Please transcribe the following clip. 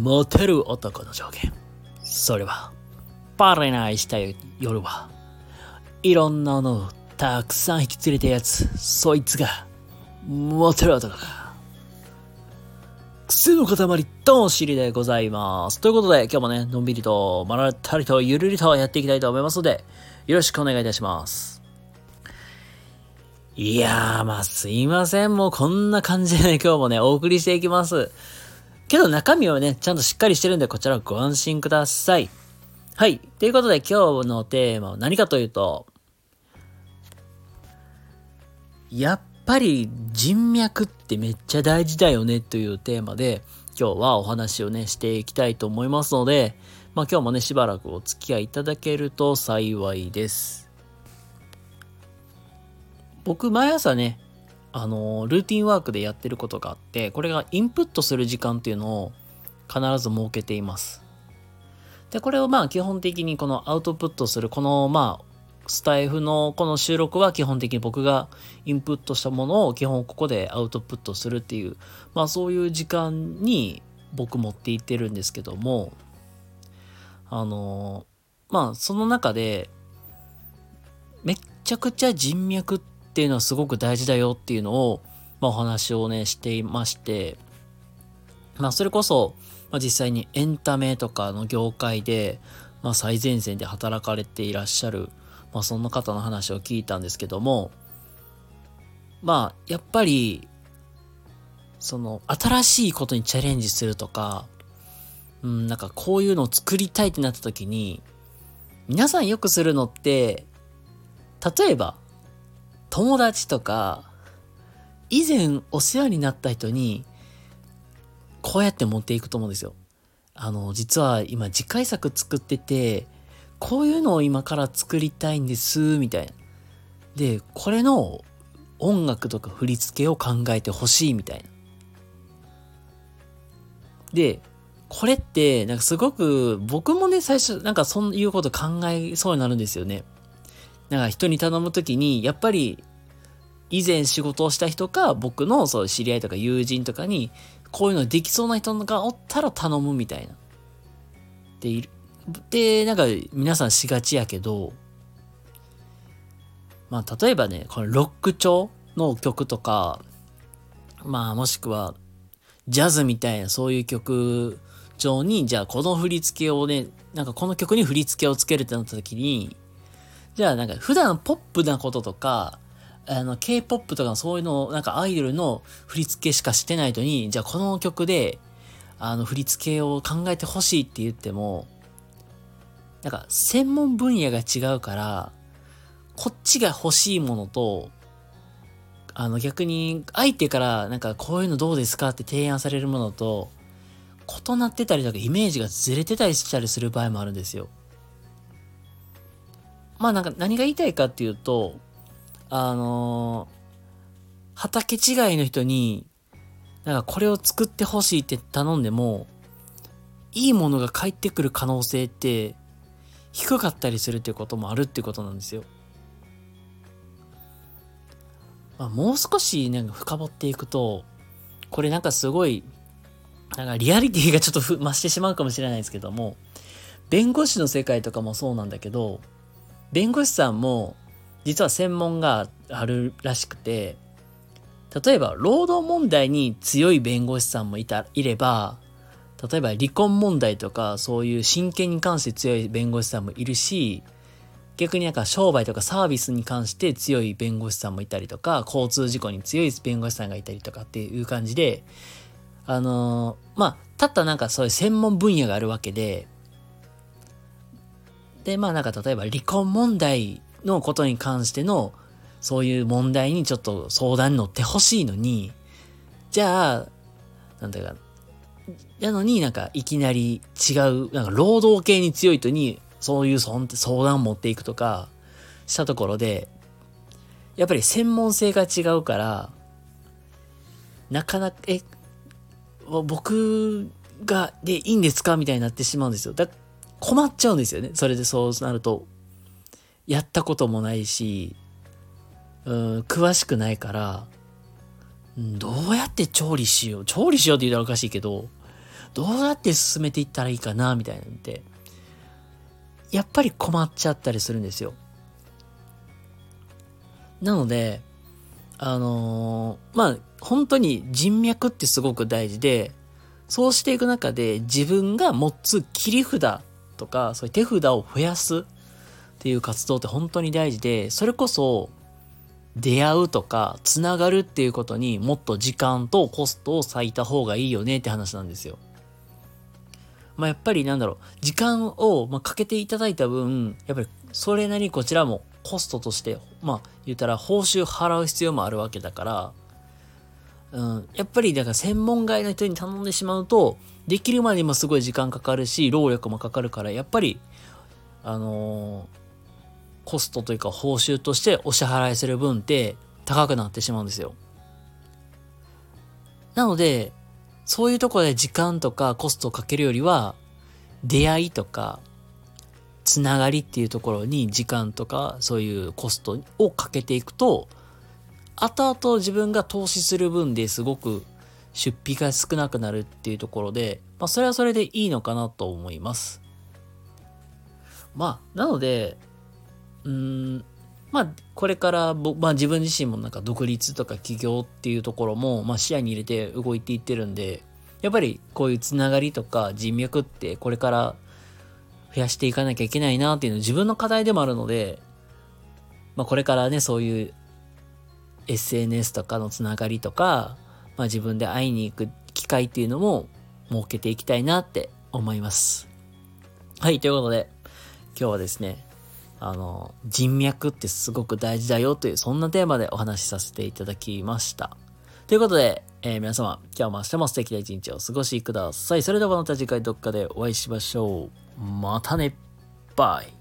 モテる男の条件。それは、バレないした夜は、いろんなのをたくさん引き連れたやつ、そいつが、モテる男だ。癖の塊、ドンシリでございます。ということで、今日もね、のんびりと、まらったりと、ゆるりとやっていきたいと思いますので、よろしくお願いいたします。いやー、すいません。もうこんな感じでね、今日もね、お送りしていきます。けど中身はね、ちゃんとしっかりしてるんで、こちらご安心ください。はい。ということで、今日のテーマは何かというと、やっぱり人脈ってめっちゃ大事だよねというテーマで、今日はお話をね、していきたいと思いますので、今日もね、しばらくお付き合いいただけると幸いです。僕、毎朝ね、ルーティンワークでやってることがあって、これがインプットする時間っていうのを必ず設けています。で、これを基本的にこのアウトプットする、このスタイフのこの収録は基本的に僕がインプットしたものを基本ここでアウトプットするっていう、そういう時間に僕持っていってるんですけども、その中で、めっちゃくちゃ人脈っていうのはすごく大事だよっていうのを、お話をね、していまして、それこそ、実際にエンタメとかの業界で、最前線で働かれていらっしゃる、そんな方の話を聞いたんですけども、やっぱり、新しいことにチャレンジするとか、こういうのを作りたいってなった時に、皆さんよくするのって、例えば、友達とか、以前お世話になった人に、こうやって持っていくと思うんですよ。実は今次回作作ってて、こういうのを今から作りたいんです、みたいな。で、これの音楽とか振り付けを考えてほしい、みたいな。で、これって、すごく、僕もね、最初、そういうこと考えそうになるんですよね。人に頼むときに、やっぱり、以前仕事をした人か、僕の知り合いとか友人とかに、こういうのできそうな人がおったら頼むみたいな。で、皆さんしがちやけど、例えばね、このロック調の曲とか、もしくは、ジャズみたいなそういう曲調に、じゃあこの振り付けをね、この曲に振り付けをつけるってなった時に、じゃあ普段ポップなこととか、K-POP とかそういうのを、アイドルの振り付けしかしてないのに、じゃあこの曲で、振り付けを考えてほしいって言っても、専門分野が違うから、こっちが欲しいものと、逆に相手からこういうのどうですかって提案されるものと、異なってたりとかイメージがずれてたりしたりする場合もあるんですよ。何が言いたいかっていうと、畑違いの人に、これを作ってほしいって頼んでも、いいものが返ってくる可能性って、低かったりするっていうこともあるっていうことなんですよ。もう少し深掘っていくと、これすごい、リアリティがちょっと増してしまうかもしれないですけども、弁護士の世界とかもそうなんだけど、弁護士さんも実は専門があるらしくて、例えば労働問題に強い弁護士さんもいれば、例えば離婚問題とかそういう親権に関して強い弁護士さんもいるし、逆に商売とかサービスに関して強い弁護士さんもいたりとか、交通事故に強い弁護士さんがいたりとかっていう感じで、たったそういう専門分野があるわけで、で、例えば離婚問題のことに関しての、そういう問題にちょっと相談に乗ってほしいのに、じゃあ、なのにいきなり違う、労働系に強い人に、そういう相談を持っていくとか、したところで、やっぱり専門性が違うから、なかなか、僕でいいんですかみたいになってしまうんですよ。困っちゃうんですよね。それでそうなると。やったこともないし、詳しくないから、どうやって調理しようって言ったらおかしいけど、 どうやって進めていったらいいかなみたいなんで、やっぱり困っちゃったりするんですよ。なので、本当に人脈ってすごく大事で、そうしていく中で自分が持つ切り札とか、そういう手札を増やすっていう活動って本当に大事で、それこそ出会うとかつながるっていうことにもっと時間とコストを割いた方がいいよねって話なんですよ。やっぱり時間をかけていただいた分、やっぱりそれなりにこちらもコストとして、言ったら報酬払う必要もあるわけだから、やっぱりだから専門外の人に頼んでしまうと、できるまでにもすごい時間かかるし、労力もかかるから、やっぱり、コストというか報酬としてお支払いする分って高くなってしまうんですよ。なので、そういうところで時間とかコストをかけるよりは、出会いとか、つながりっていうところに時間とかそういうコストをかけていくと、後々自分が投資する分ですごく出費が少なくなるっていうところで、それはそれでいいのかなと思います。なので、これから自分自身も独立とか起業っていうところも、視野に入れて動いていってるんで、やっぱりこういうつながりとか人脈ってこれから増やしていかなきゃいけないなっていうのは自分の課題でもあるので、これからね、そういう SNS とかのつながりとか、自分で会いに行く機会っていうのも設けていきたいなって思います。はい、ということで、今日はですね、人脈ってすごく大事だよという、そんなテーマでお話しさせていただきました。ということで、皆様、今日も明日も素敵な一日をお過ごしください。それではまた次回どっかでお会いしましょう。またね。バイ。